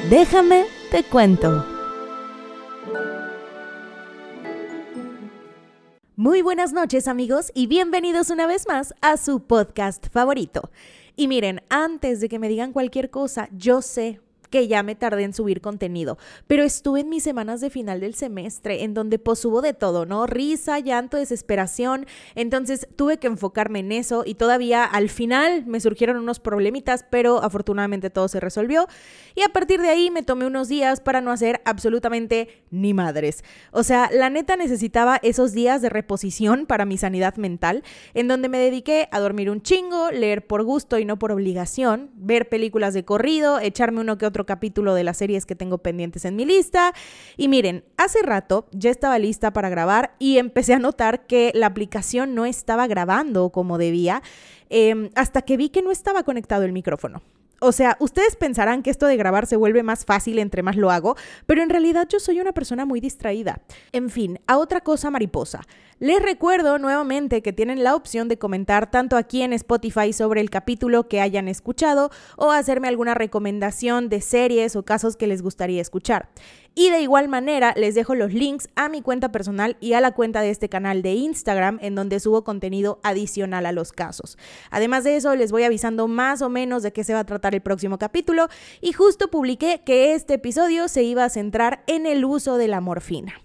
Déjame te cuento. Muy buenas noches, amigos, y bienvenidos una vez más a su podcast favorito. Y miren, antes de que me digan cualquier cosa, yo sé que ya me tardé en subir contenido, pero estuve en mis semanas de final del semestre en donde pues hubo de todo, ¿no? Risa, llanto, desesperación, entonces tuve que enfocarme en eso y todavía al final me surgieron unos problemitas, pero afortunadamente todo se resolvió y a partir de ahí me tomé unos días para no hacer absolutamente ni madres. O sea, la neta necesitaba esos días de reposición para mi sanidad mental, en donde me dediqué a dormir un chingo, leer por gusto y no por obligación, ver películas de corrido, echarme uno que otro capítulo de las series que tengo pendientes en mi lista. Y miren, hace rato ya estaba lista para grabar y empecé a notar que la aplicación no estaba grabando como debía, hasta que vi que no estaba conectado el micrófono. O sea, ustedes pensarán que esto de grabar se vuelve más fácil entre más lo hago, pero en realidad yo soy una persona muy distraída. En fin, a otra cosa mariposa. Les recuerdo nuevamente que tienen la opción de comentar tanto aquí en Spotify sobre el capítulo que hayan escuchado o hacerme alguna recomendación de series o casos que les gustaría escuchar. Y de igual manera les dejo los links a mi cuenta personal y a la cuenta de este canal de Instagram en donde subo contenido adicional a los casos. Además de eso les voy avisando más o menos de qué se va a tratar el próximo capítulo y justo publiqué que este episodio se iba a centrar en el uso de la morfina.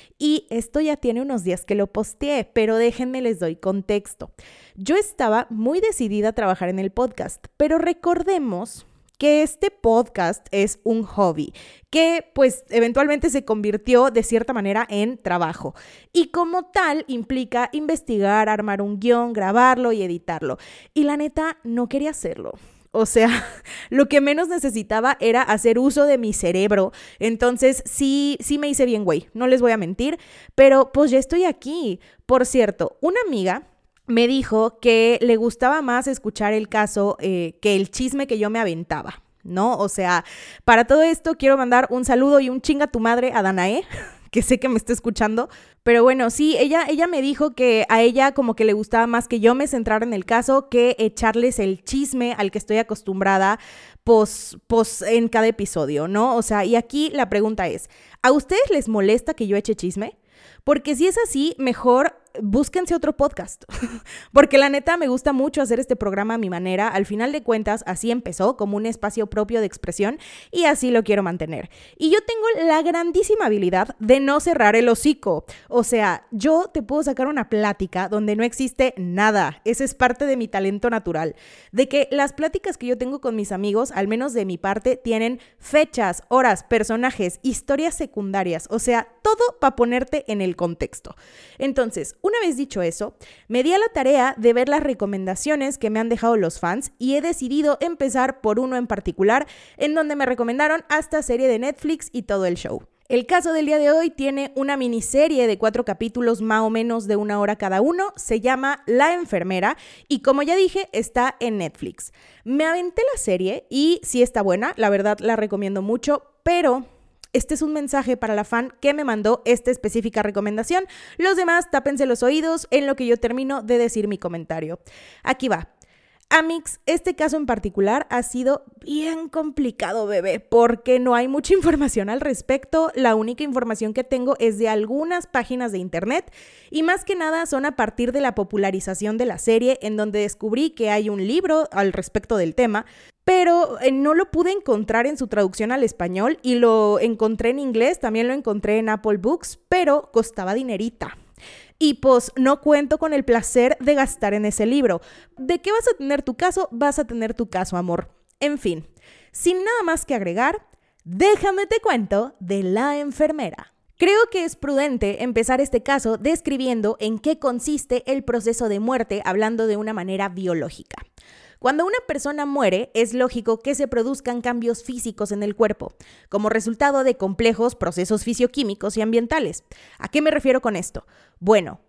Y esto ya tiene unos días que lo posteé, pero déjenme les doy contexto. Yo estaba muy decidida a trabajar en el podcast, pero recordemos que este podcast es un hobby que pues eventualmente se convirtió de cierta manera en trabajo y como tal implica investigar, armar un guión, grabarlo y editarlo. Y la neta no quería hacerlo. O sea, lo que menos necesitaba era hacer uso de mi cerebro. Entonces, sí me hice bien, güey. No les voy a mentir, pero pues ya estoy aquí. Por cierto, una amiga me dijo que le gustaba más escuchar el caso que el chisme que yo me aventaba, ¿no? O sea, para todo esto quiero mandar un saludo y un chinga tu madre a Danae, que sé que me está escuchando. Pero bueno, sí, ella me dijo que a ella como que le gustaba más que yo me centrara en el caso que echarles el chisme al que estoy acostumbrada pues en cada episodio, ¿no? O sea, y aquí la pregunta es, ¿a ustedes les molesta que yo eche chisme? Porque si es así, mejor búsquense otro podcast, porque la neta me gusta mucho hacer este programa a mi manera. Al final de cuentas, así empezó, como un espacio propio de expresión y así lo quiero mantener. Y yo tengo la grandísima habilidad de no cerrar el hocico. O sea, yo te puedo sacar una plática donde no existe nada. Ese es parte de mi talento natural. De que las pláticas que yo tengo con mis amigos, al menos de mi parte, tienen fechas, horas, personajes, historias secundarias. O sea, todo para ponerte en el contexto. Entonces, una vez dicho eso, me di a la tarea de ver las recomendaciones que me han dejado los fans y he decidido empezar por uno en particular, en donde me recomendaron hasta serie de Netflix y todo el show. El caso del día de hoy tiene una miniserie de 4 capítulos más o menos de 1 hora cada uno, se llama La Enfermera y como ya dije, está en Netflix. Me aventé la serie y sí está buena, la verdad la recomiendo mucho, pero este es un mensaje para la fan que me mandó esta específica recomendación. Los demás, tápense los oídos en lo que yo termino de decir mi comentario. Aquí va. Amix, este caso en particular ha sido bien complicado, bebé, porque no hay mucha información al respecto. La única información que tengo es de algunas páginas de internet y más que nada son a partir de la popularización de la serie, en donde descubrí que hay un libro al respecto del tema, pero no lo pude encontrar en su traducción al español y lo encontré en inglés, también lo encontré en Apple Books, pero costaba dinerita. Y pues no cuento con el placer de gastar en ese libro. ¿De qué vas a tener tu caso? Vas a tener tu caso, amor. En fin, sin nada más que agregar, déjame te cuento de La Enfermera. Creo que es prudente empezar este caso describiendo en qué consiste el proceso de muerte hablando de una manera biológica. Cuando una persona muere, es lógico que se produzcan cambios físicos en el cuerpo, como resultado de complejos procesos fisioquímicos y ambientales. ¿A qué me refiero con esto? Bueno,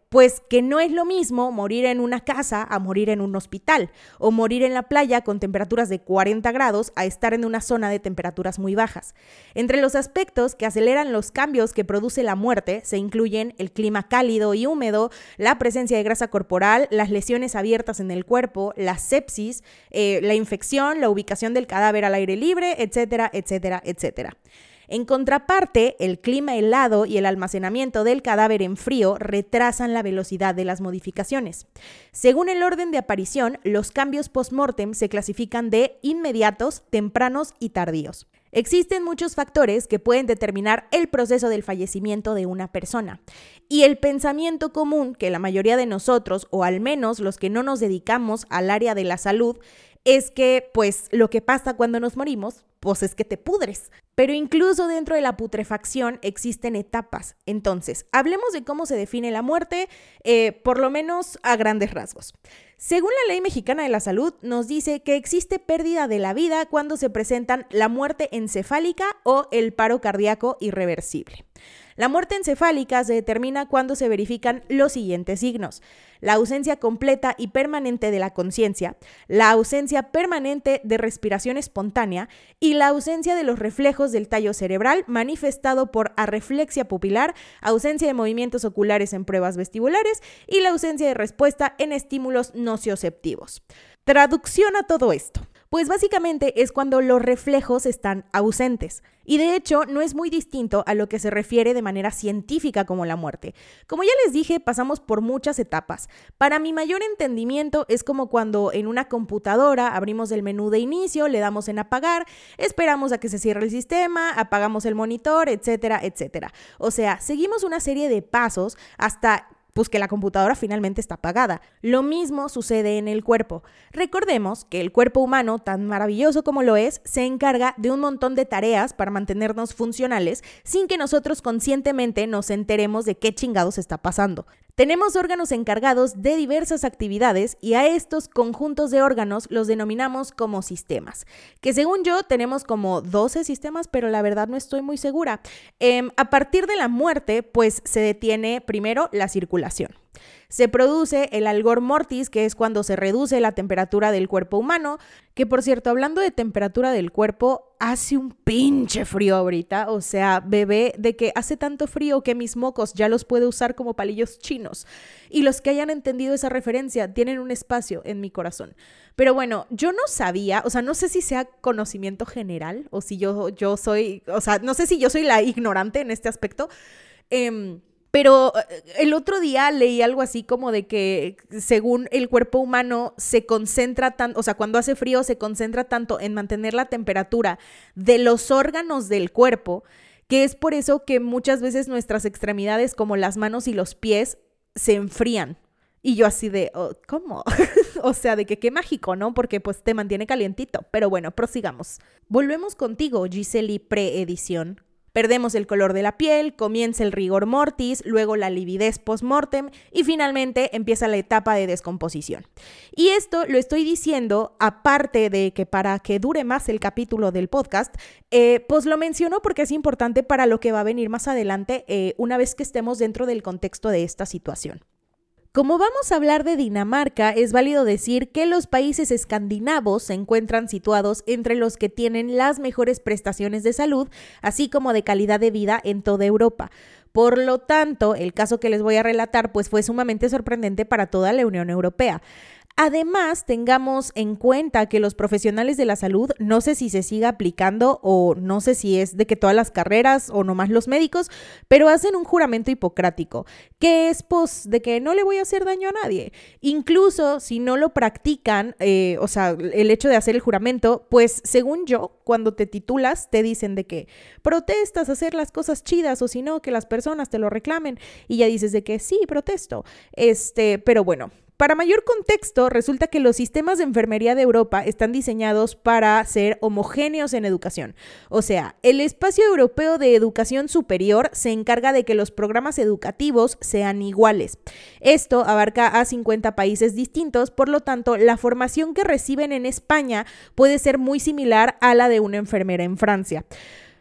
Pues que no es lo mismo morir en una casa a morir en un hospital, o morir en la playa con temperaturas de 40 grados a estar en una zona de temperaturas muy bajas. Entre los aspectos que aceleran los cambios que produce la muerte se incluyen el clima cálido y húmedo, la presencia de grasa corporal, las lesiones abiertas en el cuerpo, la sepsis, la infección, la ubicación del cadáver al aire libre, etcétera, etcétera, etcétera. En contraparte, el clima helado y el almacenamiento del cadáver en frío retrasan la velocidad de las modificaciones. Según el orden de aparición, los cambios post-mortem se clasifican de inmediatos, tempranos y tardíos. Existen muchos factores que pueden determinar el proceso del fallecimiento de una persona. Y el pensamiento común que la mayoría de nosotros, o al menos los que no nos dedicamos al área de la salud, es que, pues, lo que pasa cuando nos morimos, pues es que te pudres. Pero incluso dentro de la putrefacción existen etapas. Entonces, hablemos de cómo se define la muerte, por lo menos a grandes rasgos. Según la Ley Mexicana de la Salud, nos dice que existe pérdida de la vida cuando se presentan la muerte encefálica o el paro cardíaco irreversible. La muerte encefálica se determina cuando se verifican los siguientes signos: la ausencia completa y permanente de la conciencia, la ausencia permanente de respiración espontánea y la ausencia de los reflejos del tallo cerebral manifestado por arreflexia pupilar, ausencia de movimientos oculares en pruebas vestibulares y la ausencia de respuesta en estímulos nocioceptivos. Traducción a todo esto. Pues básicamente es cuando los reflejos están ausentes. Y de hecho no es muy distinto a lo que se refiere de manera científica como la muerte. Como ya les dije, pasamos por muchas etapas. Para mi mayor entendimiento es como cuando en una computadora abrimos el menú de inicio, le damos en apagar, esperamos a que se cierre el sistema, apagamos el monitor, etcétera, etcétera. O sea, seguimos una serie de pasos hasta pues que la computadora finalmente está apagada. Lo mismo sucede en el cuerpo. Recordemos que el cuerpo humano, tan maravilloso como lo es, se encarga de un montón de tareas para mantenernos funcionales sin que nosotros conscientemente nos enteremos de qué chingados está pasando. Tenemos órganos encargados de diversas actividades y a estos conjuntos de órganos los denominamos como sistemas, que según yo tenemos como 12 sistemas, pero la verdad no estoy muy segura. A partir de la muerte, pues se detiene primero la circulación. Se produce el algor mortis, que es cuando se reduce la temperatura del cuerpo humano, que por cierto, hablando de temperatura del cuerpo, hace un pinche frío ahorita, o sea, bebé, de que hace tanto frío que mis mocos ya los puedo usar como palillos chinos. Y los que hayan entendido esa referencia tienen un espacio en mi corazón. Pero bueno, yo no sabía, o sea, no sé si sea conocimiento general o si yo soy, o sea, no sé si yo soy la ignorante en este aspecto, pero el otro día leí algo así como de que según el cuerpo humano se concentra tanto, o sea, cuando hace frío se concentra tanto en mantener la temperatura de los órganos del cuerpo, que es por eso que muchas veces nuestras extremidades como las manos y los pies se enfrían. Y yo así de, ¿cómo? O sea, de que qué mágico, ¿no? Porque pues te mantiene calientito. Pero bueno, prosigamos. Volvemos contigo, Giseli preedición. Perdemos el color de la piel, comienza el rigor mortis, luego la lividez post-mortem y finalmente empieza la etapa de descomposición. Y esto lo estoy diciendo aparte de que para que dure más el capítulo del podcast, pues lo menciono porque es importante para lo que va a venir más adelante una vez que estemos dentro del contexto de esta situación. Como vamos a hablar de Dinamarca, es válido decir que los países escandinavos se encuentran situados entre los que tienen las mejores prestaciones de salud, así como de calidad de vida en toda Europa. Por lo tanto, el caso que les voy a relatar pues fue sumamente sorprendente para toda la Unión Europea. Además, tengamos en cuenta que los profesionales de la salud, no sé si se siga aplicando o no sé si es de que todas las carreras o nomás los médicos, pero hacen un juramento hipocrático, que es pues de que no le voy a hacer daño a nadie. Incluso si no lo practican, o sea, el hecho de hacer el juramento, pues según yo, cuando te titulas te dicen de que protestas hacer las cosas chidas o si no, que las personas te lo reclamen y ya dices de que sí, protesto. Pero bueno. Para mayor contexto, resulta que los sistemas de enfermería de Europa están diseñados para ser homogéneos en educación. O sea, el espacio europeo de educación superior se encarga de que los programas educativos sean iguales. Esto abarca a 50 países distintos, por lo tanto, la formación que reciben en España puede ser muy similar a la de una enfermera en Francia.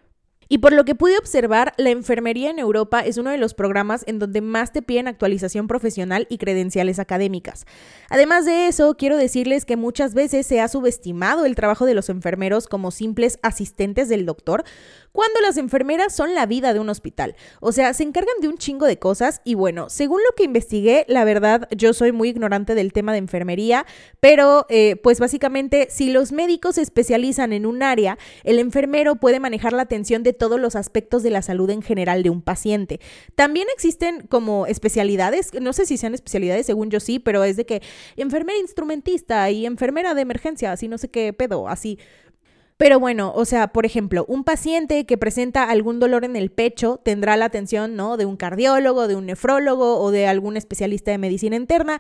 Y por lo que pude observar, la enfermería en Europa es uno de los programas en donde más te piden actualización profesional y credenciales académicas. Además de eso, quiero decirles que muchas veces se ha subestimado el trabajo de los enfermeros como simples asistentes del doctor, cuando las enfermeras son la vida de un hospital. O sea, se encargan de un chingo de cosas y bueno, según lo que investigué, la verdad, yo soy muy ignorante del tema de enfermería, pero pues básicamente si los médicos se especializan en un área, el enfermero puede manejar la atención de todos los aspectos de la salud en general de un paciente. También existen como especialidades, no sé si sean especialidades, según yo sí, pero es de que enfermera instrumentista y enfermera de emergencia, así no sé qué pedo, así. Pero bueno, o sea, por ejemplo, un paciente que presenta algún dolor en el pecho tendrá la atención, ¿no?, de un cardiólogo, de un nefrólogo o de algún especialista de medicina interna,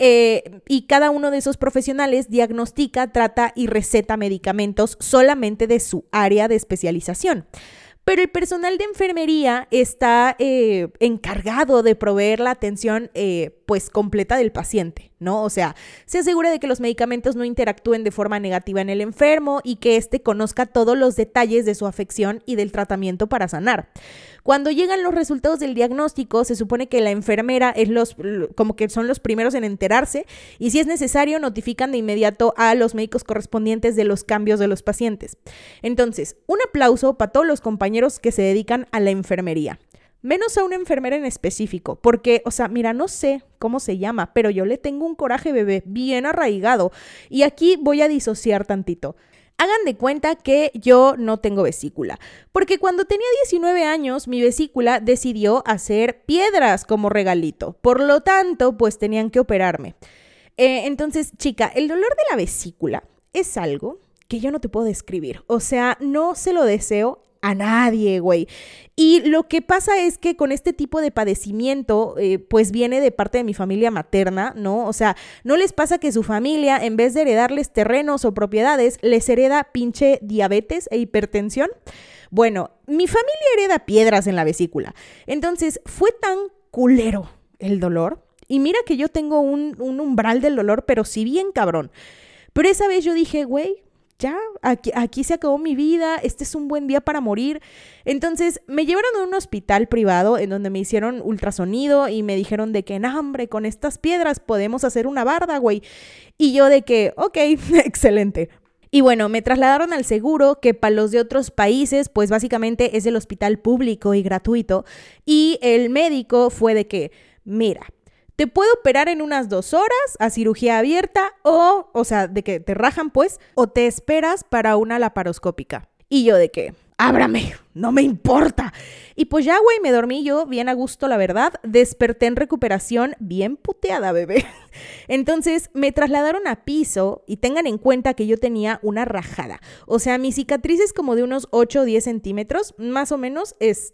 y cada uno de esos profesionales diagnostica, trata y receta medicamentos solamente de su área de especialización. Pero el personal de enfermería está encargado de proveer la atención pues completa del paciente, ¿no? O sea, se asegura de que los medicamentos no interactúen de forma negativa en el enfermo y que éste conozca todos los detalles de su afección y del tratamiento para sanar. Cuando llegan los resultados del diagnóstico, se supone que la enfermera es como que son los primeros en enterarse y si es necesario notifican de inmediato a los médicos correspondientes de los cambios de los pacientes. Entonces, un aplauso para todos los compañeros que se dedican a la enfermería. Menos a una enfermera en específico, porque, o sea, mira, no sé cómo se llama, pero yo le tengo un coraje, bebé, bien arraigado. Y aquí voy a disociar tantito. Hagan de cuenta que yo no tengo vesícula, porque cuando tenía 19 años, mi vesícula decidió hacer piedras como regalito. Por lo tanto, pues tenían que operarme. Entonces, chica, el dolor de la vesícula es algo que yo no te puedo describir. O sea, no se lo deseo a nadie, güey. Y lo que pasa es que con este tipo de padecimiento, pues viene de parte de mi familia materna, ¿no? O sea, ¿no les pasa que su familia, en vez de heredarles terrenos o propiedades, les hereda pinche diabetes e hipertensión? Bueno, mi familia hereda piedras en la vesícula. Entonces, fue tan culero el dolor. Y mira que yo tengo un umbral del dolor, pero sí bien cabrón. Pero esa vez yo dije, güey, ya, aquí se acabó mi vida, este es un buen día para morir. Entonces me llevaron a un hospital privado en donde me hicieron ultrasonido y me dijeron de que, no, hombre, con estas piedras podemos hacer una barda, güey. Y yo de que, ok, excelente. Y bueno, me trasladaron al seguro, que para los de otros países, pues básicamente es el hospital público y gratuito. Y el médico fue de que, mira, te puedo operar en unas 2 horas a cirugía abierta o sea, de que te rajan pues, o te esperas para una laparoscópica. Y yo de que, ábrame, no me importa. Y pues ya, güey, me dormí yo bien a gusto, la verdad. Desperté en recuperación bien puteada, bebé. Entonces me trasladaron a piso y tengan en cuenta que yo tenía una rajada. O sea, mi cicatriz es como de unos 8 o 10 centímetros, más o menos.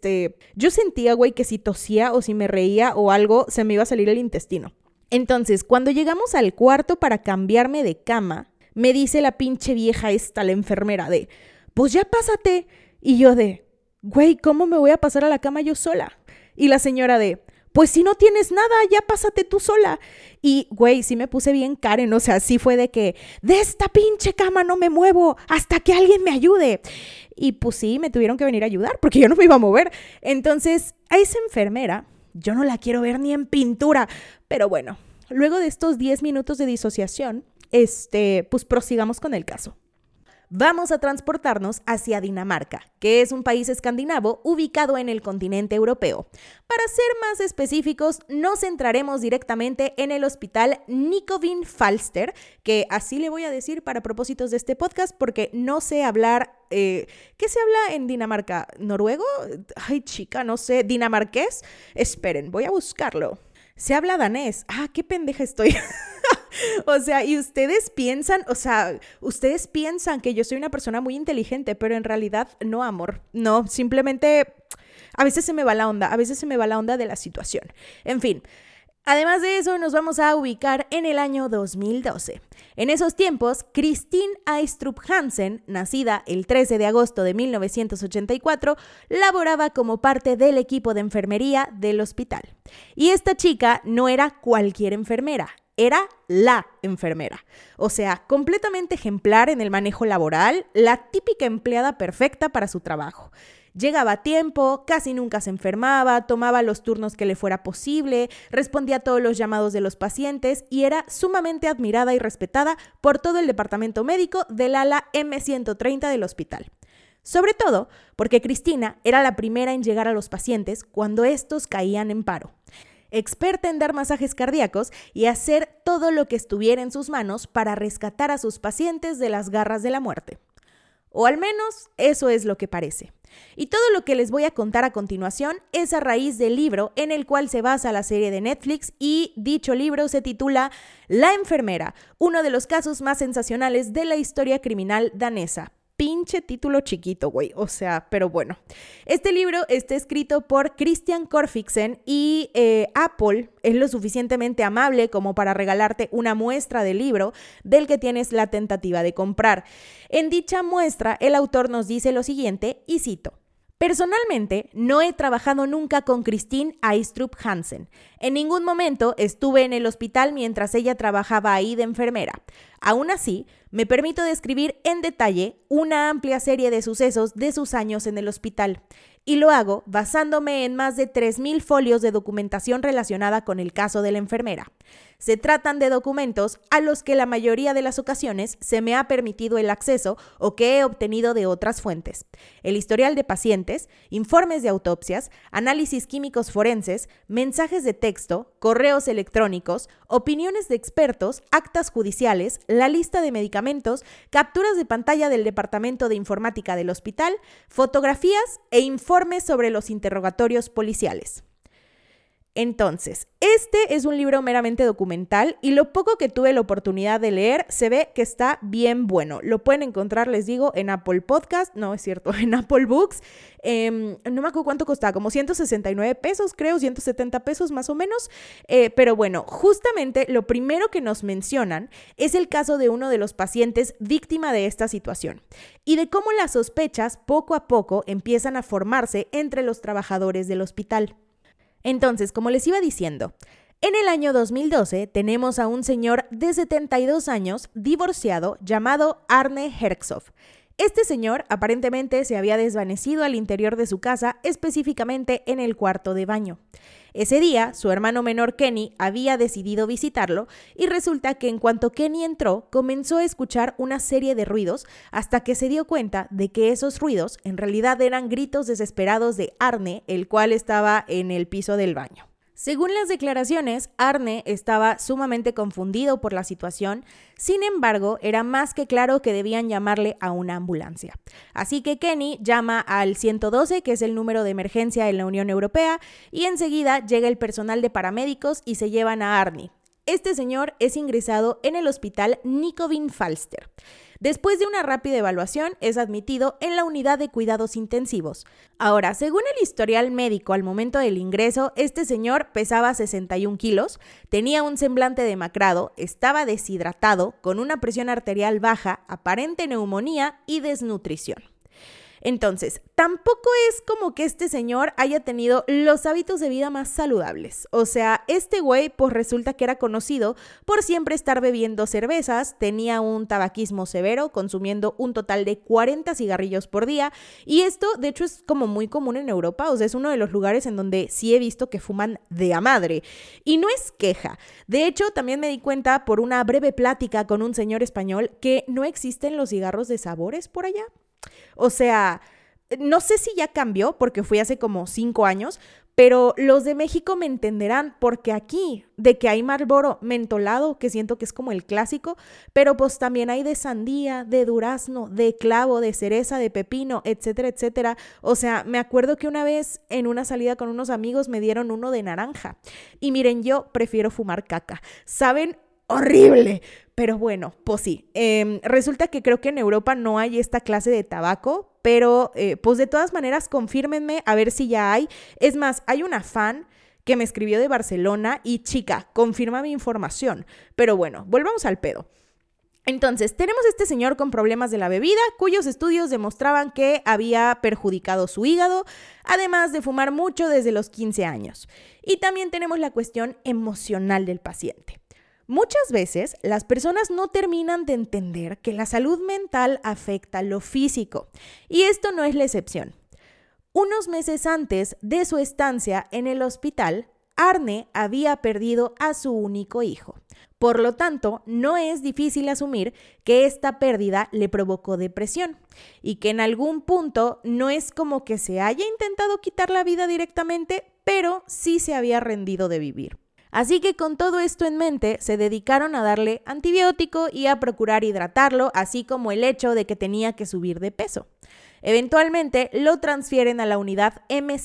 Yo sentía, güey, que si tosía o si me reía o algo, se me iba a salir el intestino. Entonces, cuando llegamos al cuarto para cambiarme de cama, me dice la pinche vieja esta, la enfermera, de, pues ya pásate. Y yo de, güey, ¿cómo me voy a pasar a la cama yo sola? Y la señora de, pues si no tienes nada, ya pásate tú sola. Y, güey, sí me puse bien Karen, o sea, sí fue de que, de esta pinche cama no me muevo hasta que alguien me ayude. Y pues sí, me tuvieron que venir a ayudar porque yo no me iba a mover. Entonces, a esa enfermera, yo no la quiero ver ni en pintura. Pero bueno, luego de estos 10 minutos de disociación, pues prosigamos con el caso. Vamos a transportarnos hacia Dinamarca, que es un país escandinavo ubicado en el continente europeo. Para ser más específicos, nos centraremos directamente en el hospital Nykøbing Falster, que así le voy a decir para propósitos de este podcast, porque no sé hablar. ¿Qué se habla en Dinamarca? ¿Noruego? Ay, chica, no sé. ¿Dinamarqués? Esperen, voy a buscarlo. Se habla danés. Ah, qué pendeja estoy. O sea, y ustedes piensan que yo soy una persona muy inteligente, pero en realidad no, amor. No, simplemente a veces se me va la onda de la situación. En fin. Además de eso, nos vamos a ubicar en el año 2012. En esos tiempos, Christine Aistrup Hansen, nacida el 13 de agosto de 1984, laboraba como parte del equipo de enfermería del hospital. Y esta chica no era cualquier enfermera, era la enfermera. O sea, completamente ejemplar en el manejo laboral, la típica empleada perfecta para su trabajo. Llegaba a tiempo, casi nunca se enfermaba, tomaba los turnos que le fuera posible, respondía a todos los llamados de los pacientes y era sumamente admirada y respetada por todo el departamento médico del ala M130 del hospital. Sobre todo porque Cristina era la primera en llegar a los pacientes cuando estos caían en paro. Experta en dar masajes cardíacos y hacer todo lo que estuviera en sus manos para rescatar a sus pacientes de las garras de la muerte. O al menos eso es lo que parece. Y todo lo que les voy a contar a continuación es a raíz del libro en el cual se basa la serie de Netflix y dicho libro se titula La enfermera, uno de los casos más sensacionales de la historia criminal danesa. Pinche título chiquito, güey, o sea, pero bueno. Este libro está escrito por Christian Corfixen y Apple es lo suficientemente amable como para regalarte una muestra del libro del que tienes la tentativa de comprar. En dicha muestra, el autor nos dice lo siguiente, y cito: Personalmente, no he trabajado nunca con Christine Eistrup Hansen. En ningún momento estuve en el hospital mientras ella trabajaba ahí de enfermera. Aún así, me permito describir en detalle una amplia serie de sucesos de sus años en el hospital. Y lo hago basándome en más de 3,000 folios de documentación relacionada con el caso de la enfermera. Se tratan de documentos a los que la mayoría de las ocasiones se me ha permitido el acceso o que he obtenido de otras fuentes. El historial de pacientes, informes de autopsias, análisis químicos forenses, mensajes de texto, correos electrónicos, opiniones de expertos, actas judiciales, la lista de medicamentos, capturas de pantalla del Departamento de Informática del hospital, fotografías e informes sobre los interrogatorios policiales. Entonces, este es un libro meramente documental y lo poco que tuve la oportunidad de leer se ve que está bien bueno. Lo pueden encontrar, les digo, en Apple Podcast, no es cierto, en Apple Books. No me acuerdo cuánto costaba, como 169 pesos, creo, 170 pesos más o menos. Pero bueno, justamente lo primero que nos mencionan es el caso de uno de los pacientes víctima de esta situación y de cómo las sospechas poco a poco empiezan a formarse entre los trabajadores del hospital. Entonces, como les iba diciendo, en el año 2012 tenemos a un señor de 72 años divorciado llamado Arne Herxhoff. Este señor aparentemente se había desvanecido al interior de su casa, específicamente en el cuarto de baño. Ese día, su hermano menor Kenny había decidido visitarlo y resulta que en cuanto Kenny entró, comenzó a escuchar una serie de ruidos hasta que se dio cuenta de que esos ruidos en realidad eran gritos desesperados de Arne, el cual estaba en el piso del baño. Según las declaraciones, Arne estaba sumamente confundido por la situación, sin embargo, era más que claro que debían llamarle a una ambulancia. Así que Kenny llama al 112, que es el número de emergencia en la Unión Europea, y enseguida llega el personal de paramédicos y se llevan a Arne. Este señor es ingresado en el hospital Nykøbing Falster. Después de una rápida evaluación, es admitido en la unidad de cuidados intensivos. Ahora, según el historial médico al momento del ingreso, este señor pesaba 61 kilos, tenía un semblante demacrado, estaba deshidratado, con una presión arterial baja, aparente neumonía y desnutrición. Entonces, tampoco es como que este señor haya tenido los hábitos de vida más saludables. O sea, este güey pues resulta que era conocido por siempre estar bebiendo cervezas, tenía un tabaquismo severo, consumiendo un total de 40 cigarrillos por día. Y esto, de hecho, es como muy común en Europa. O sea, es uno de los lugares en donde sí he visto que fuman de a madre. Y no es queja. De hecho, también me di cuenta por una breve plática con un señor español que no existen los cigarros de sabores por allá. O sea, no sé si ya cambió porque fui hace como 5 años, pero los de México me entenderán porque aquí, de que hay Marlboro mentolado, que siento que es como el clásico, pero pues también hay de sandía, de durazno, de clavo, de cereza, de pepino, etcétera, etcétera. O sea, me acuerdo que una vez en una salida con unos amigos me dieron uno de naranja. Y miren, yo prefiero fumar caca. ¿Saben? Horrible. Pero bueno, pues sí, resulta que creo que en Europa no hay esta clase de tabaco, pero pues de todas maneras confírmenme a ver si ya hay. Es más, hay una fan que me escribió de Barcelona y chica, confirma mi información. Pero bueno, volvamos al pedo. Entonces, tenemos este señor con problemas de la bebida, cuyos estudios demostraban que había perjudicado su hígado, además de fumar mucho desde los 15 años. Y también tenemos la cuestión emocional del paciente. Muchas veces las personas no terminan de entender que la salud mental afecta lo físico, y esto no es la excepción. Unos meses antes de su estancia en el hospital, Arne había perdido a su único hijo. Por lo tanto, no es difícil asumir que esta pérdida le provocó depresión y que en algún punto no es como que se haya intentado quitar la vida directamente, pero sí se había rendido de vivir. Así que con todo esto en mente, se dedicaron a darle antibiótico y a procurar hidratarlo, así como el hecho de que tenía que subir de peso. Eventualmente lo transfieren a la unidad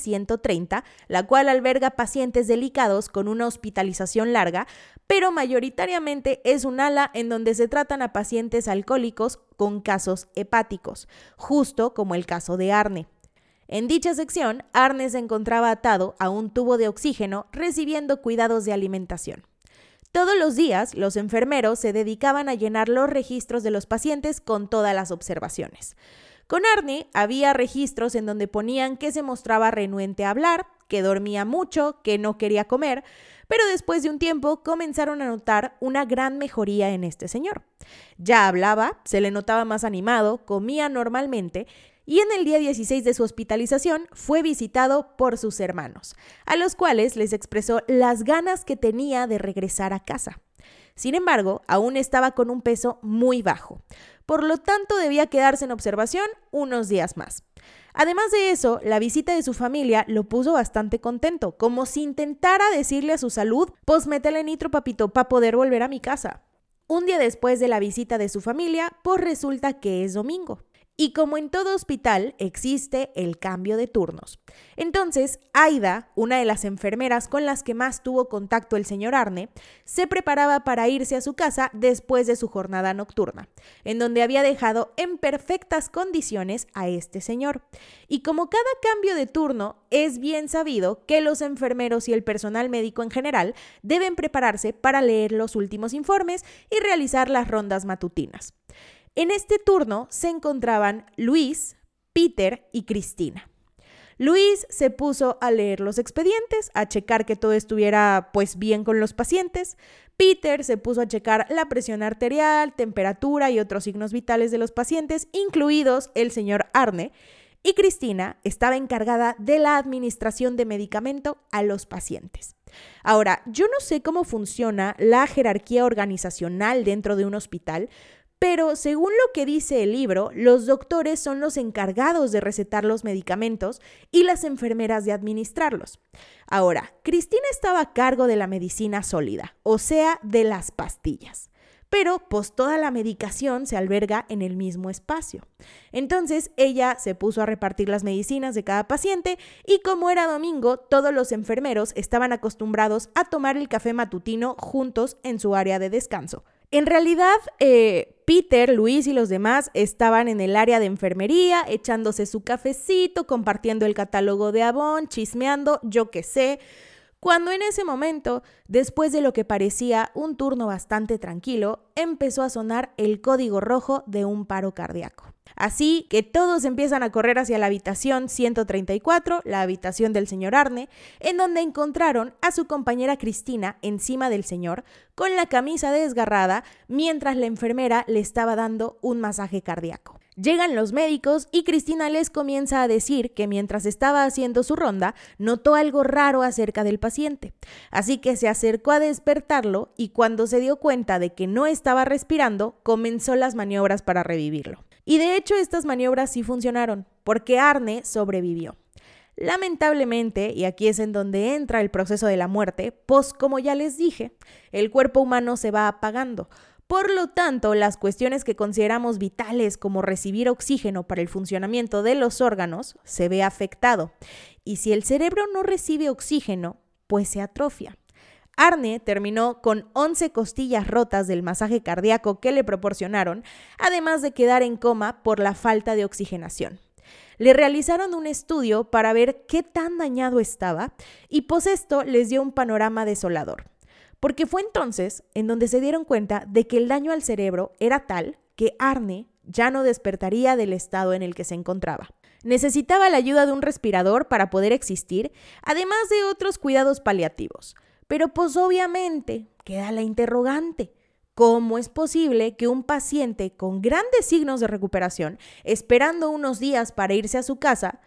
M130, la cual alberga pacientes delicados con una hospitalización larga, pero mayoritariamente es un ala en donde se tratan a pacientes alcohólicos con casos hepáticos, justo como el caso de Arne. En dicha sección, Arne se encontraba atado a un tubo de oxígeno recibiendo cuidados de alimentación. Todos los días, los enfermeros se dedicaban a llenar los registros de los pacientes con todas las observaciones. Con Arne había registros en donde ponían que se mostraba renuente a hablar, que dormía mucho, que no quería comer, pero después de un tiempo comenzaron a notar una gran mejoría en este señor. Ya hablaba, se le notaba más animado, comía normalmente y en el día 16 de su hospitalización fue visitado por sus hermanos, a los cuales les expresó las ganas que tenía de regresar a casa. Sin embargo, aún estaba con un peso muy bajo, por lo tanto debía quedarse en observación unos días más. Además de eso, la visita de su familia lo puso bastante contento, como si intentara decirle a su salud, pues métele nitro, papito, para poder volver a mi casa. Un día después de la visita de su familia, pues resulta que es domingo. Y como en todo hospital, existe el cambio de turnos. Entonces, Aida, una de las enfermeras con las que más tuvo contacto el señor Arne, se preparaba para irse a su casa después de su jornada nocturna, en donde había dejado en perfectas condiciones a este señor. Y como cada cambio de turno, es bien sabido que los enfermeros y el personal médico en general deben prepararse para leer los últimos informes y realizar las rondas matutinas. En este turno se encontraban Luis, Peter y Cristina. Luis se puso a leer los expedientes, a checar que todo estuviera pues bien con los pacientes. Peter se puso a checar la presión arterial, temperatura y otros signos vitales de los pacientes, incluidos el señor Arne. Y Cristina estaba encargada de la administración de medicamento a los pacientes. Ahora, yo no sé cómo funciona la jerarquía organizacional dentro de un hospital, pero según lo que dice el libro, los doctores son los encargados de recetar los medicamentos y las enfermeras de administrarlos. Ahora, Cristina estaba a cargo de la medicina sólida, o sea, de las pastillas. Pero pues toda la medicación se alberga en el mismo espacio. Entonces ella se puso a repartir las medicinas de cada paciente y como era domingo, todos los enfermeros estaban acostumbrados a tomar el café matutino juntos en su área de descanso. En realidad, Peter, Luis y los demás estaban en el área de enfermería, echándose su cafecito, compartiendo el catálogo de Avon, chismeando, yo qué sé. Cuando en ese momento, después de lo que parecía un turno bastante tranquilo, empezó a sonar el código rojo de un paro cardíaco. Así que todos empiezan a correr hacia la habitación 134, la habitación del señor Arne, en donde encontraron a su compañera Cristina encima del señor, con la camisa desgarrada, mientras la enfermera le estaba dando un masaje cardíaco. Llegan los médicos y Cristina les comienza a decir que mientras estaba haciendo su ronda, notó algo raro acerca del paciente. Así que se acercó a despertarlo y cuando se dio cuenta de que no estaba respirando, comenzó las maniobras para revivirlo. Y de hecho estas maniobras sí funcionaron, porque Arne sobrevivió. Lamentablemente, y aquí es en donde entra el proceso de la muerte, pues como ya les dije, el cuerpo humano se va apagando. Por lo tanto, las cuestiones que consideramos vitales como recibir oxígeno para el funcionamiento de los órganos se ve afectado. Y si el cerebro no recibe oxígeno, pues se atrofia. Arne terminó con 11 costillas rotas del masaje cardíaco que le proporcionaron, además de quedar en coma por la falta de oxigenación. Le realizaron un estudio para ver qué tan dañado estaba y pues esto les dio un panorama desolador. Porque fue entonces en donde se dieron cuenta de que el daño al cerebro era tal que Arne ya no despertaría del estado en el que se encontraba. Necesitaba la ayuda de un respirador para poder existir, además de otros cuidados paliativos. Pero pues obviamente queda la interrogante. ¿Cómo es posible que un paciente con grandes signos de recuperación, esperando unos días para irse a su casa,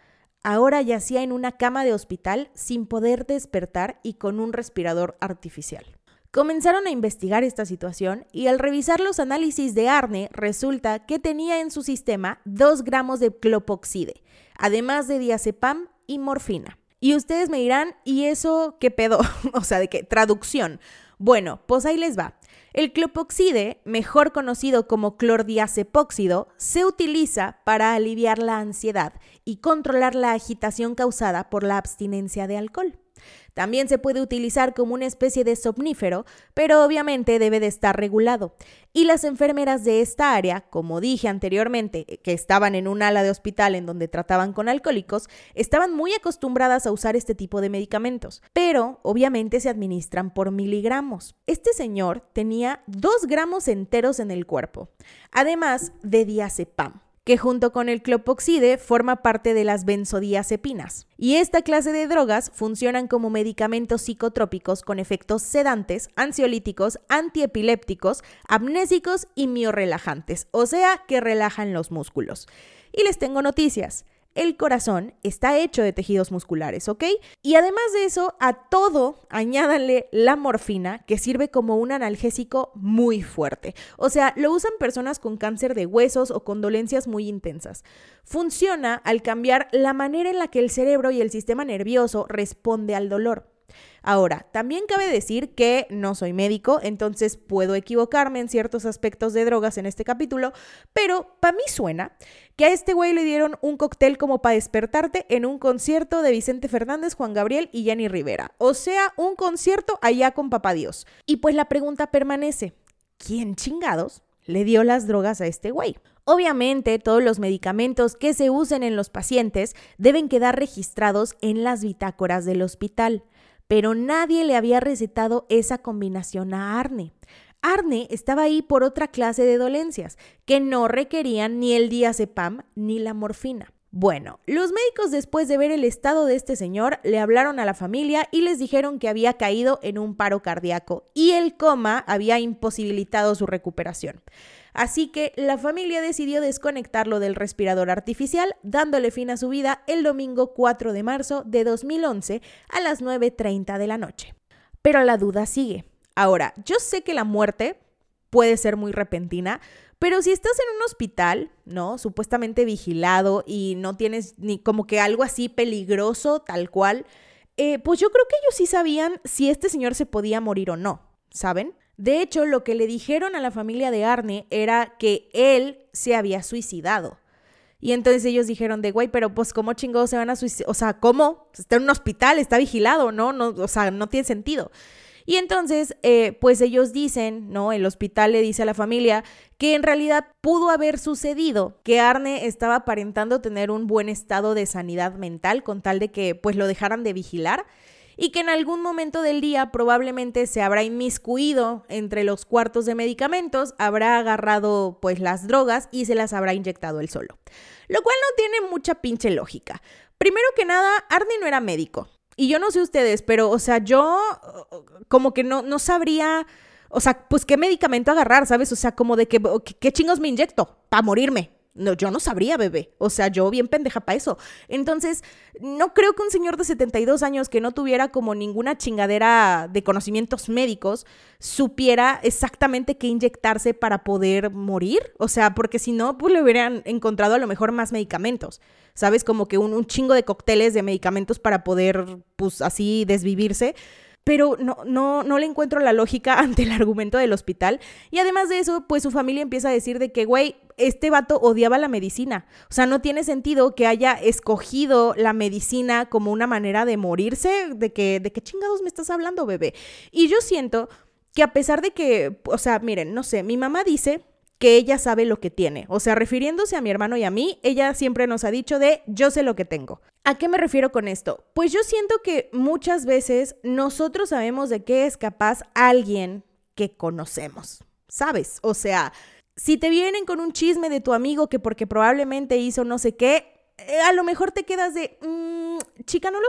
ahora yacía en una cama de hospital sin poder despertar y con un respirador artificial. Comenzaron a investigar esta situación y al revisar los análisis de Arne, resulta que tenía en su sistema 2 gramos de clopoxide, además de diazepam y morfina. Y ustedes me dirán, ¿y eso qué pedo? O sea, ¿de qué? Traducción. Bueno, pues ahí les va. El clopoxide, mejor conocido como clordiazepóxido, se utiliza para aliviar la ansiedad y controlar la agitación causada por la abstinencia de alcohol. También se puede utilizar como una especie de somnífero, pero obviamente debe de estar regulado. Y las enfermeras de esta área, como dije anteriormente, que estaban en un ala de hospital en donde trataban con alcohólicos, estaban muy acostumbradas a usar este tipo de medicamentos, pero obviamente se administran por miligramos. Este señor tenía 2 gramos enteros en el cuerpo, además de diazepam, que junto con el clopoxide forma parte de las benzodiazepinas. Y esta clase de drogas funcionan como medicamentos psicotrópicos con efectos sedantes, ansiolíticos, antiepilépticos, amnésicos y miorrelajantes, o sea que relajan los músculos. Y les tengo noticias. El corazón está hecho de tejidos musculares, ¿ok? Y además de eso, a todo añádanle la morfina, que sirve como un analgésico muy fuerte. O sea, lo usan personas con cáncer de huesos o con dolencias muy intensas. Funciona al cambiar la manera en la que el cerebro y el sistema nervioso responde al dolor. Ahora, también cabe decir que no soy médico, entonces puedo equivocarme en ciertos aspectos de drogas en este capítulo, pero para mí suena que a este güey le dieron un cóctel como para despertarte en un concierto de Vicente Fernández, Juan Gabriel y Jenny Rivera. O sea, un concierto allá con Papá Dios. Y pues la pregunta permanece, ¿quién chingados le dio las drogas a este güey? Obviamente, todos los medicamentos que se usen en los pacientes deben quedar registrados en las bitácoras del hospital. Pero nadie le había recetado esa combinación a Arne. Arne estaba ahí por otra clase de dolencias que no requerían ni el diazepam ni la morfina. Bueno, los médicos, después de ver el estado de este señor, le hablaron a la familia y les dijeron que había caído en un paro cardíaco y el coma había imposibilitado su recuperación. Así que la familia decidió desconectarlo del respirador artificial, dándole fin a su vida el domingo 4 de marzo de 2011 a las 9:30 de la noche. Pero la duda sigue. Ahora, yo sé que la muerte puede ser muy repentina, pero si estás en un hospital, ¿no? Supuestamente vigilado y no tienes ni como que algo así peligroso, tal cual, pues yo creo que ellos sí sabían si este señor se podía morir o no, ¿saben? De hecho, lo que le dijeron a la familia de Arne era que él se había suicidado. Y entonces ellos dijeron de, güey, pero pues ¿cómo chingados se van a suicidar? O sea, ¿cómo? Está en un hospital, está vigilado, ¿no? O sea, no tiene sentido. Y entonces, pues ellos dicen, ¿no? El hospital le dice a la familia que en realidad pudo haber sucedido que Arne estaba aparentando tener un buen estado de sanidad mental con tal de que pues lo dejaran de vigilar y que en algún momento del día probablemente se habrá inmiscuido entre los cuartos de medicamentos, habrá agarrado pues las drogas y se las habrá inyectado él solo. Lo cual no tiene mucha pinche lógica. Primero que nada, Arne no era médico. Y yo no sé ustedes, pero, o sea, yo como que no sabría, o sea, pues qué medicamento agarrar, ¿sabes? O sea, como de que, ¿qué chingos me inyecto? Para morirme. No, yo no sabría, bebé. O sea, yo bien pendeja para eso. Entonces, no creo que un señor de 72 años que no tuviera como ninguna chingadera de conocimientos médicos supiera exactamente qué inyectarse para poder morir. O sea, porque si no, pues le hubieran encontrado a lo mejor más medicamentos. ¿Sabes? Como que un chingo de cócteles de medicamentos para poder, pues así, desvivirse. Pero no le encuentro la lógica ante el argumento del hospital. Y además de eso, pues su familia empieza a decir de que, güey, este vato odiaba la medicina. O sea, no tiene sentido que haya escogido la medicina como una manera de morirse. ¿De qué chingados me estás hablando, bebé? Y yo siento que a pesar de que, o sea, miren, no sé, mi mamá dice que ella sabe lo que tiene. O sea, refiriéndose a mi hermano y a mí, ella siempre nos ha dicho de yo sé lo que tengo. ¿A qué me refiero con esto? Pues yo siento que muchas veces nosotros sabemos de qué es capaz alguien que conocemos, ¿sabes? O sea, si te vienen con un chisme de tu amigo que porque probablemente hizo no sé qué, a lo mejor te quedas de, chica, no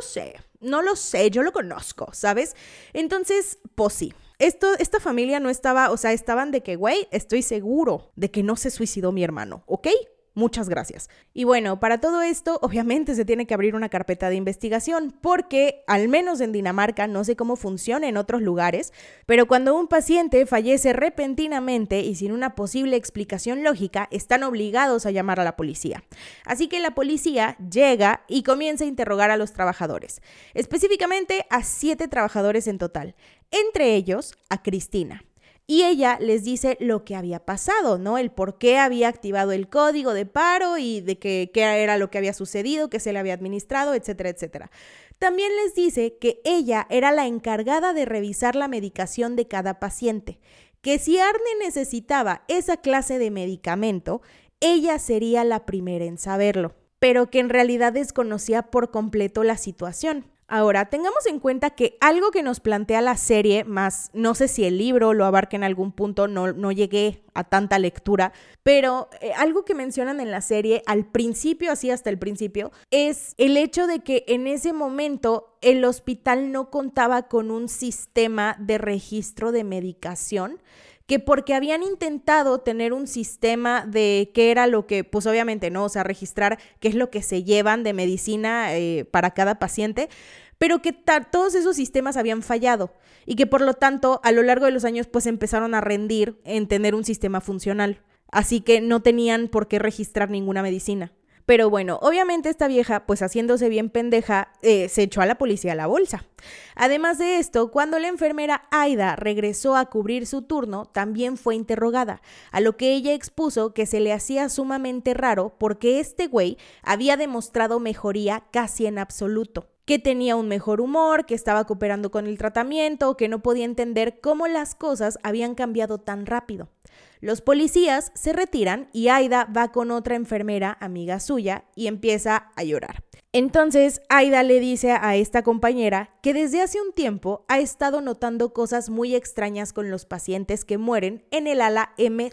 lo sé, yo lo conozco, ¿sabes? Entonces, pues sí. Esta familia no estaba, o sea, estaban de que, güey, estoy seguro de que no se suicidó mi hermano, ¿ok? Muchas gracias. Y bueno, para todo esto, obviamente se tiene que abrir una carpeta de investigación porque, al menos en Dinamarca, no sé cómo funciona en otros lugares, pero cuando un paciente fallece repentinamente y sin una posible explicación lógica, están obligados a llamar a la policía. Así que la policía llega y comienza a interrogar a los trabajadores, específicamente a 7 trabajadores en total, entre ellos a Cristina. Y ella les dice lo que había pasado, ¿no? El por qué había activado el código de paro y de qué era lo que había sucedido, qué se le había administrado, etcétera, etcétera. También les dice que ella era la encargada de revisar la medicación de cada paciente, que si Arne necesitaba esa clase de medicamento, ella sería la primera en saberlo, pero que en realidad desconocía por completo la situación. Ahora, tengamos en cuenta que algo que nos plantea la serie, más no sé si el libro lo abarca en algún punto, no llegué a tanta lectura, pero algo que mencionan en la serie al principio, así hasta el principio, es el hecho de que en ese momento el hospital no contaba con un sistema de registro de medicación, que porque habían intentado tener un sistema de qué era lo que, pues obviamente, ¿no? O sea, registrar qué es lo que se llevan de medicina para cada paciente, pero que todos esos sistemas habían fallado y que por lo tanto a lo largo de los años pues empezaron a rendir en tener un sistema funcional. Así que no tenían por qué registrar ninguna medicina. Pero bueno, obviamente esta vieja, pues haciéndose bien pendeja, se echó a la policía a la bolsa. Además de esto, cuando la enfermera Aida regresó a cubrir su turno, también fue interrogada, a lo que ella expuso que se le hacía sumamente raro porque este güey había demostrado mejoría casi en absoluto, que tenía un mejor humor, que estaba cooperando con el tratamiento, que no podía entender cómo las cosas habían cambiado tan rápido. Los policías se retiran y Aida va con otra enfermera, amiga suya, y empieza a llorar. Entonces, Aida le dice a esta compañera que desde hace un tiempo ha estado notando cosas muy extrañas con los pacientes que mueren en el ala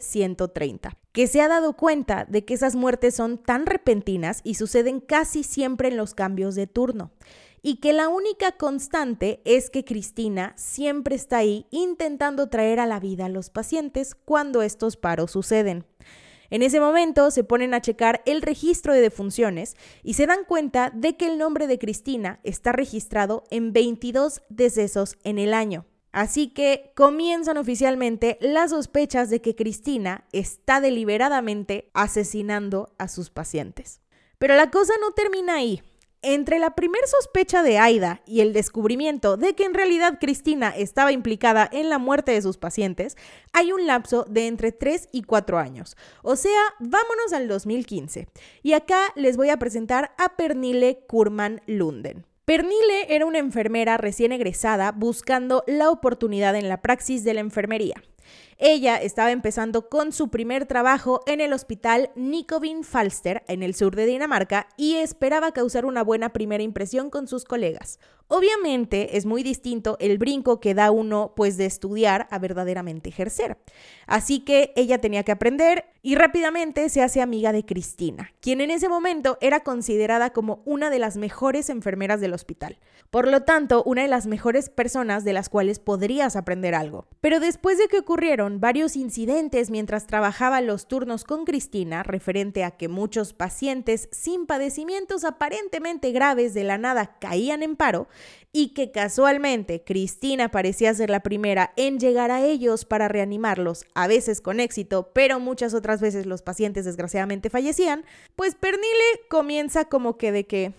M130, que se ha dado cuenta de que esas muertes son tan repentinas y suceden casi siempre en los cambios de turno, y que la única constante es que Cristina siempre está ahí intentando traer a la vida a los pacientes cuando estos paros suceden. En ese momento se ponen a checar el registro de defunciones y se dan cuenta de que el nombre de Cristina está registrado en 22 decesos en el año. Así que comienzan oficialmente las sospechas de que Cristina está deliberadamente asesinando a sus pacientes. Pero la cosa no termina ahí. Entre la primer sospecha de Aida y el descubrimiento de que en realidad Cristina estaba implicada en la muerte de sus pacientes, hay un lapso de entre 3 y 4 años. O sea, vámonos al 2015. Y acá les voy a presentar a Pernille Kurman Lunden. Pernille era una enfermera recién egresada buscando la oportunidad en la praxis de la enfermería. Ella estaba empezando con su primer trabajo en el hospital Nykøbing Falster en el sur de Dinamarca y esperaba causar una buena primera impresión con sus colegas. Obviamente es muy distinto el brinco que da uno pues de estudiar a verdaderamente ejercer. Así que ella tenía que aprender y rápidamente se hace amiga de Cristina, quien en ese momento era considerada como una de las mejores enfermeras del hospital. Por lo tanto, una de las mejores personas de las cuales podrías aprender algo. Pero después de que ocurrieron varios incidentes mientras trabajaba los turnos con Cristina, referente a que muchos pacientes sin padecimientos aparentemente graves de la nada caían en paro, y que casualmente Cristina parecía ser la primera en llegar a ellos para reanimarlos, a veces con éxito, pero muchas otras veces los pacientes desgraciadamente fallecían, pues Pernille comienza como que de que,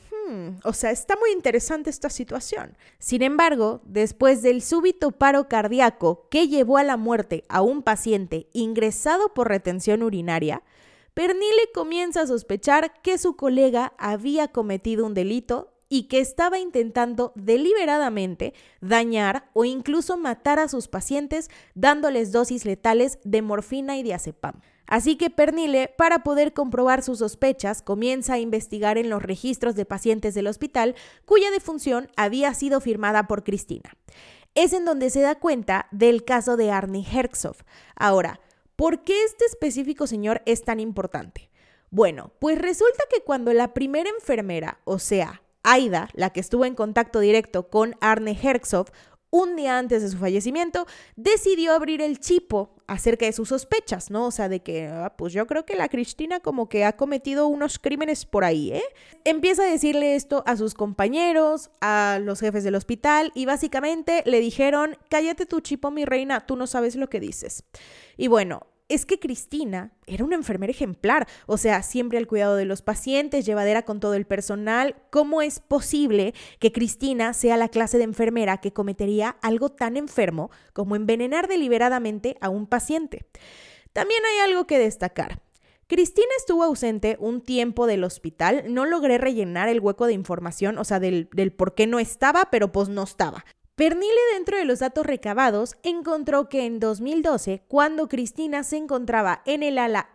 está muy interesante esta situación. Sin embargo, después del súbito paro cardíaco que llevó a la muerte a un paciente ingresado por retención urinaria, Pernille comienza a sospechar que su colega había cometido un delito y que estaba intentando deliberadamente dañar o incluso matar a sus pacientes dándoles dosis letales de morfina y diazepam. Así que Pernille, para poder comprobar sus sospechas, comienza a investigar en los registros de pacientes del hospital cuya defunción había sido firmada por Cristina. Es en donde se da cuenta del caso de Arne Hertzog. Ahora, ¿por qué este específico señor es tan importante? Bueno, pues resulta que cuando la primera enfermera, o sea, Aida, la que estuvo en contacto directo con Arne Hertzog, un día antes de su fallecimiento, decidió abrir el chipo, acerca de sus sospechas, ¿no? O sea, de que, pues yo creo que la Cristina como que ha cometido unos crímenes por ahí, ¿eh? Empieza a decirle esto a sus compañeros, a los jefes del hospital, y básicamente le dijeron, cállate tu chipo, mi reina, tú no sabes lo que dices. Y bueno, es que Cristina era una enfermera ejemplar, o sea, siempre al cuidado de los pacientes, llevadera con todo el personal. ¿Cómo es posible que Cristina sea la clase de enfermera que cometería algo tan enfermo como envenenar deliberadamente a un paciente? También hay algo que destacar. Cristina estuvo ausente un tiempo del hospital, no logré rellenar el hueco de información, o sea, del por qué no estaba, pero pues no estaba. Pernille, dentro de los datos recabados, encontró que en 2012, cuando Cristina se encontraba en el ala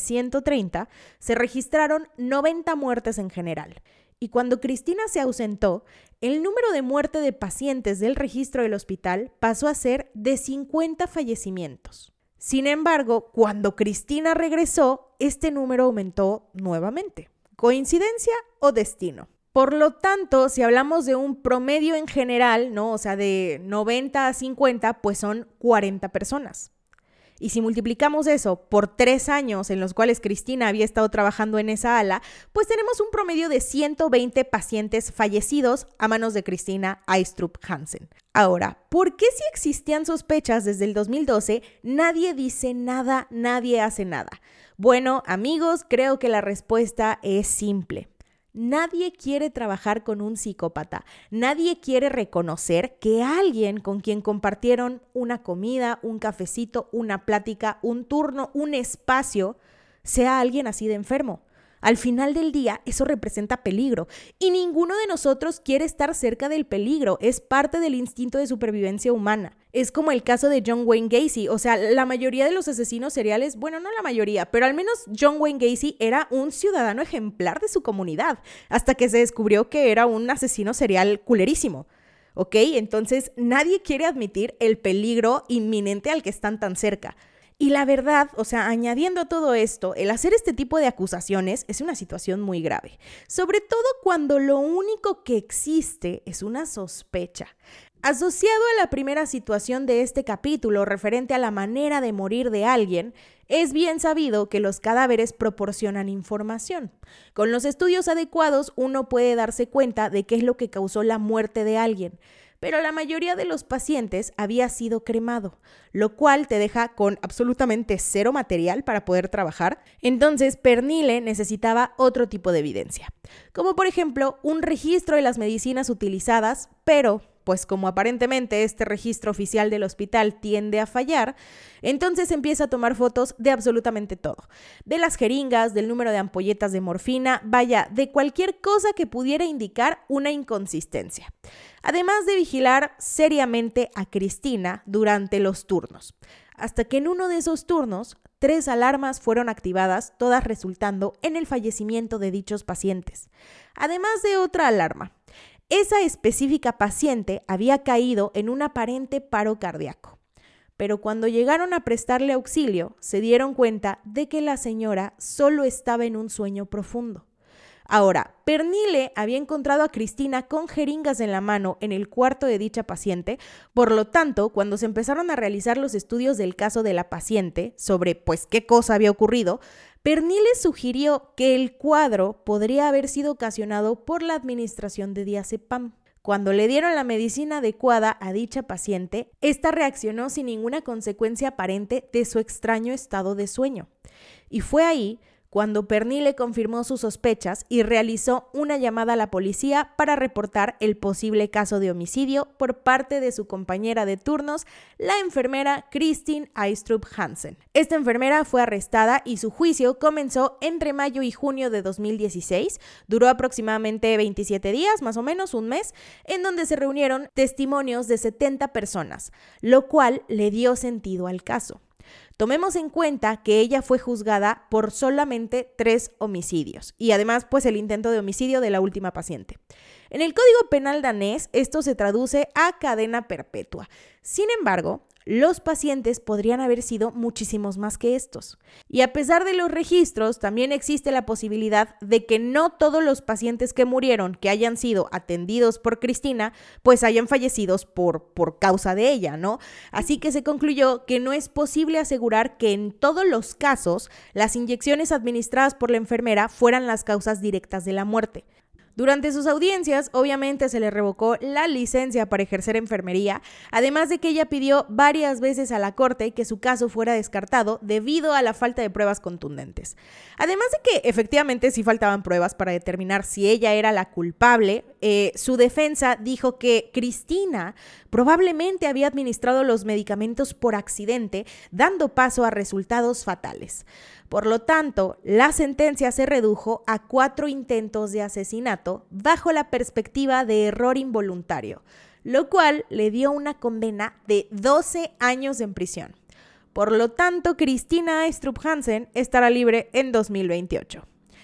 M130, se registraron 90 muertes en general. Y cuando Cristina se ausentó, el número de muerte de pacientes del registro del hospital pasó a ser de 50 fallecimientos. Sin embargo, cuando Cristina regresó, este número aumentó nuevamente. ¿Coincidencia o destino? Por lo tanto, si hablamos de un promedio en general, ¿no? O sea, de 90 a 50, pues son 40 personas. Y si multiplicamos eso por 3 años en los cuales Cristina había estado trabajando en esa ala, pues tenemos un promedio de 120 pacientes fallecidos a manos de Cristina Aystrup Hansen. Ahora, ¿por qué si existían sospechas desde el 2012, nadie dice nada, nadie hace nada? Bueno, amigos, creo que la respuesta es simple. Nadie quiere trabajar con un psicópata. Nadie quiere reconocer que alguien con quien compartieron una comida, un cafecito, una plática, un turno, un espacio, sea alguien así de enfermo. Al final del día, eso representa peligro y ninguno de nosotros quiere estar cerca del peligro. Es parte del instinto de supervivencia humana. Es como el caso de John Wayne Gacy. O sea, la mayoría de los asesinos seriales, bueno, no la mayoría, pero al menos John Wayne Gacy era un ciudadano ejemplar de su comunidad, hasta que se descubrió que era un asesino serial culerísimo. ¿Ok? Entonces, nadie quiere admitir el peligro inminente al que están tan cerca. Y la verdad, o sea, añadiendo a todo esto, el hacer este tipo de acusaciones es una situación muy grave, sobre todo cuando lo único que existe es una sospecha. Asociado a la primera situación de este capítulo referente a la manera de morir de alguien, es bien sabido que los cadáveres proporcionan información. Con los estudios adecuados uno puede darse cuenta de qué es lo que causó la muerte de alguien. Pero la mayoría de los pacientes había sido cremado, lo cual te deja con absolutamente cero material para poder trabajar. Entonces, Pernille necesitaba otro tipo de evidencia, como por ejemplo un registro de las medicinas utilizadas, pero pues como aparentemente este registro oficial del hospital tiende a fallar, entonces empieza a tomar fotos de absolutamente todo. De las jeringas, del número de ampolletas de morfina, vaya, de cualquier cosa que pudiera indicar una inconsistencia. Además de vigilar seriamente a Cristina durante los turnos. Hasta que en uno de esos turnos, 3 alarmas fueron activadas, todas resultando en el fallecimiento de dichos pacientes. Además de otra alarma. Esa específica paciente había caído en un aparente paro cardíaco, pero cuando llegaron a prestarle auxilio, se dieron cuenta de que la señora solo estaba en un sueño profundo. Ahora, Pernille había encontrado a Cristina con jeringas en la mano en el cuarto de dicha paciente, por lo tanto, cuando se empezaron a realizar los estudios del caso de la paciente sobre, pues, qué cosa había ocurrido, Pernille sugirió que el cuadro podría haber sido ocasionado por la administración de diazepam. Cuando le dieron la medicina adecuada a dicha paciente, esta reaccionó sin ninguna consecuencia aparente de su extraño estado de sueño. Y fue ahí cuando Pernille confirmó sus sospechas y realizó una llamada a la policía para reportar el posible caso de homicidio por parte de su compañera de turnos, la enfermera Kristin Aystrup Hansen. Esta enfermera fue arrestada y su juicio comenzó entre mayo y junio de 2016, duró aproximadamente 27 días, más o menos un mes, en donde se reunieron testimonios de 70 personas, lo cual le dio sentido al caso. Tomemos en cuenta que ella fue juzgada por solamente 3 homicidios y además pues el intento de homicidio de la última paciente. En el Código Penal danés esto se traduce a cadena perpetua. Sin embargo, los pacientes podrían haber sido muchísimos más que estos. Y a pesar de los registros, también existe la posibilidad de que no todos los pacientes que murieron, que hayan sido atendidos por Cristina, pues hayan fallecido por causa de ella, ¿no? Así que se concluyó que no es posible asegurar que en todos los casos las inyecciones administradas por la enfermera fueran las causas directas de la muerte. Durante sus audiencias, obviamente se le revocó la licencia para ejercer enfermería, además de que ella pidió varias veces a la corte que su caso fuera descartado debido a la falta de pruebas contundentes. Además de que efectivamente sí faltaban pruebas para determinar si ella era la culpable, su defensa dijo que Cristina probablemente había administrado los medicamentos por accidente, dando paso a resultados fatales. Por lo tanto, la sentencia se redujo a 4 intentos de asesinato bajo la perspectiva de error involuntario, lo cual le dio una condena de 12 años en prisión. Por lo tanto, Cristina Astrup Hansen estará libre en 2028.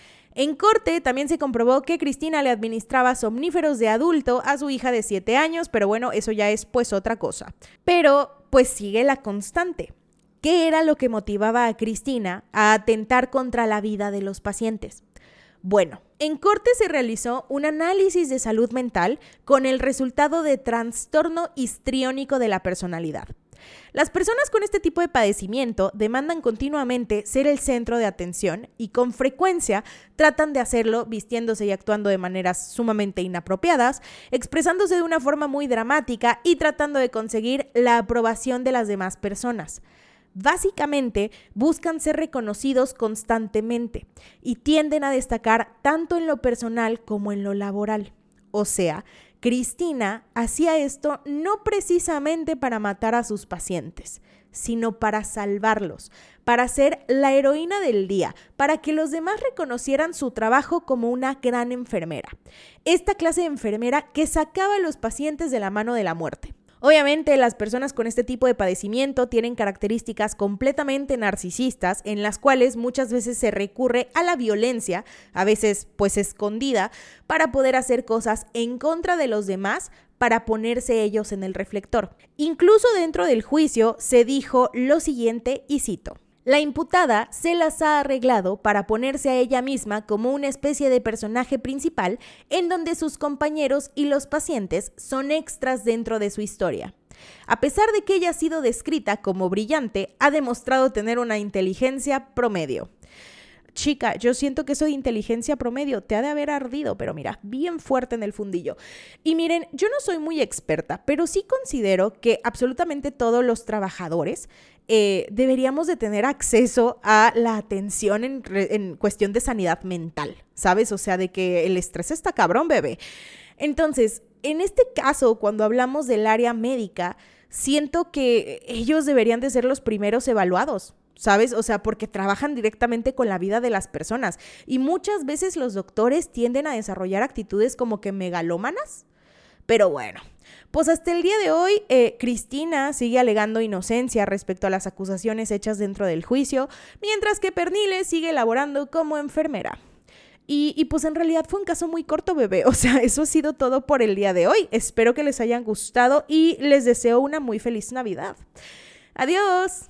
En corte también se comprobó que Cristina le administraba somníferos de adulto a su hija de 7 años, pero bueno, eso ya es pues otra cosa. Pero pues sigue la constante. ¿Qué era lo que motivaba a Cristina a atentar contra la vida de los pacientes? Bueno, en corte se realizó un análisis de salud mental con el resultado de trastorno histriónico de la personalidad. Las personas con este tipo de padecimiento demandan continuamente ser el centro de atención y con frecuencia tratan de hacerlo vistiéndose y actuando de maneras sumamente inapropiadas, expresándose de una forma muy dramática y tratando de conseguir la aprobación de las demás personas. Básicamente, buscan ser reconocidos constantemente y tienden a destacar tanto en lo personal como en lo laboral. O sea, Cristina hacía esto no precisamente para matar a sus pacientes, sino para salvarlos, para ser la heroína del día, para que los demás reconocieran su trabajo como una gran enfermera. Esta clase de enfermera que sacaba a los pacientes de la mano de la muerte. Obviamente, las personas con este tipo de padecimiento tienen características completamente narcisistas en las cuales muchas veces se recurre a la violencia, a veces pues escondida, para poder hacer cosas en contra de los demás para ponerse ellos en el reflector. Incluso dentro del juicio se dijo lo siguiente y cito: la imputada se las ha arreglado para ponerse a ella misma como una especie de personaje principal en donde sus compañeros y los pacientes son extras dentro de su historia. A pesar de que ella ha sido descrita como brillante, ha demostrado tener una inteligencia promedio. Chica, yo siento que eso de inteligencia promedio te ha de haber ardido, pero mira, bien fuerte en el fundillo. Y miren, yo no soy muy experta, pero sí considero que absolutamente todos los trabajadores deberíamos de tener acceso a la atención en cuestión de sanidad mental, ¿sabes? O sea, de que el estrés está cabrón, bebé. Entonces, en este caso, cuando hablamos del área médica, siento que ellos deberían de ser los primeros evaluados, ¿sabes? O sea, porque trabajan directamente con la vida de las personas y muchas veces los doctores tienden a desarrollar actitudes como que megalómanas. Pero bueno, pues hasta el día de hoy, Cristina sigue alegando inocencia respecto a las acusaciones hechas dentro del juicio, mientras que Pernille sigue laborando como enfermera. Y pues en realidad fue un caso muy corto, bebé. O sea, eso ha sido todo por el día de hoy. Espero que les hayan gustado y les deseo una muy feliz Navidad. ¡Adiós!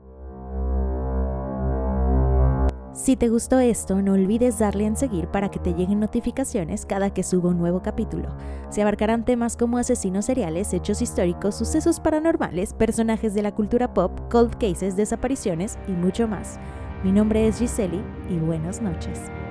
Si te gustó esto, no olvides darle en seguir para que te lleguen notificaciones cada que suba un nuevo capítulo. Se abarcarán temas como asesinos seriales, hechos históricos, sucesos paranormales, personajes de la cultura pop, cold cases, desapariciones y mucho más. Mi nombre es Giseli y buenas noches.